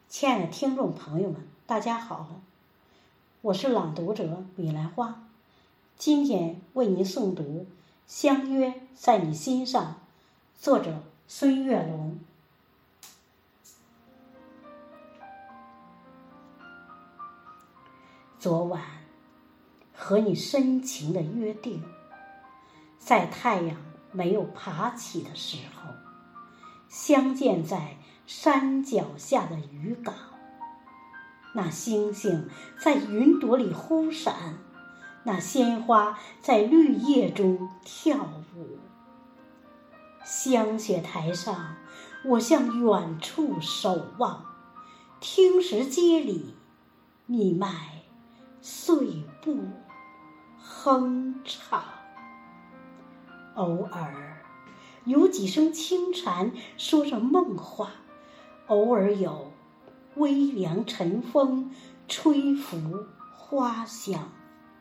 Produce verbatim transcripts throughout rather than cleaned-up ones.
亲爱的听众朋友们，大家好，我是朗读者米兰花，今天为您诵读《相约在你心上》，作者孙月龙。昨晚和你深情的约定，在太阳没有爬起的时候，相见在山脚下的渔港。那星星在云朵里忽闪，那鲜花在绿叶中跳舞。香雪台上，我向远处守望，听时街里你迈碎步哼唱。偶尔有几声轻蝉说着梦话，偶尔有微凉晨风吹拂花香。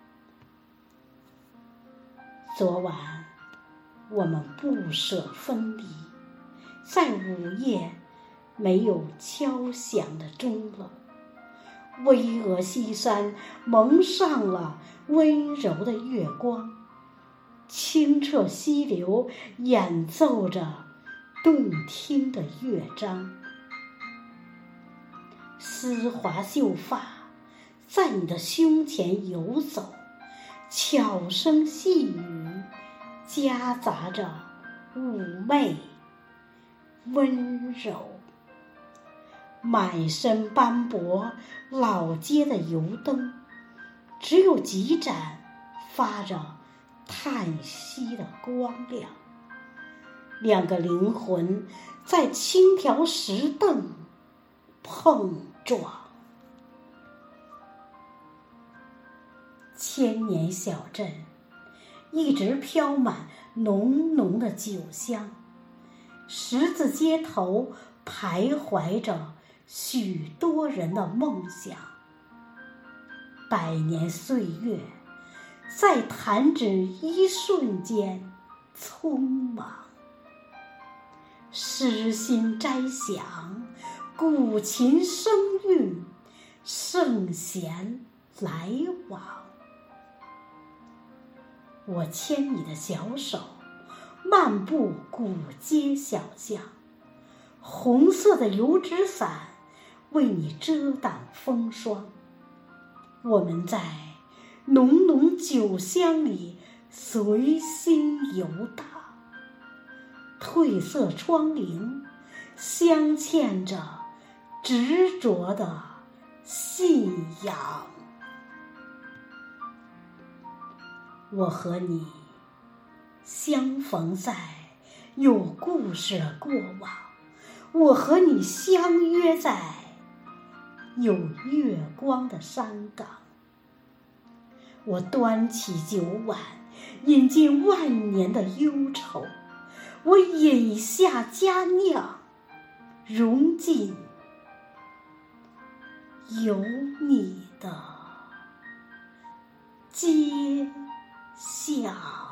昨晚我们不舍分离，在午夜没有敲响的钟楼，巍峨西山蒙上了温柔的月光，清澈溪流演奏着动听的乐章。丝滑秀发在你的胸前游走，悄声细语夹杂着妩媚温柔。满身斑驳老街的油灯，只有几盏发着叹息的光亮。两个灵魂在轻条石凳碰撞。千年小镇一直飘满浓浓的酒香，十字街头徘徊着许多人的梦想。百年岁月在弹指一瞬间匆忙，诗心摘响，古琴声韵，圣贤来往。我牵你的小手，漫步古街小巷，红色的油纸伞为你遮挡风霜。我们在浓浓酒香里随心游荡，褪色窗棂镶嵌着执着的信仰。我和你相逢在有故事的过往，我和你相约在有月光的山岗。我端起酒碗，饮尽万年的忧愁，我饮下佳酿，融进有你的街巷。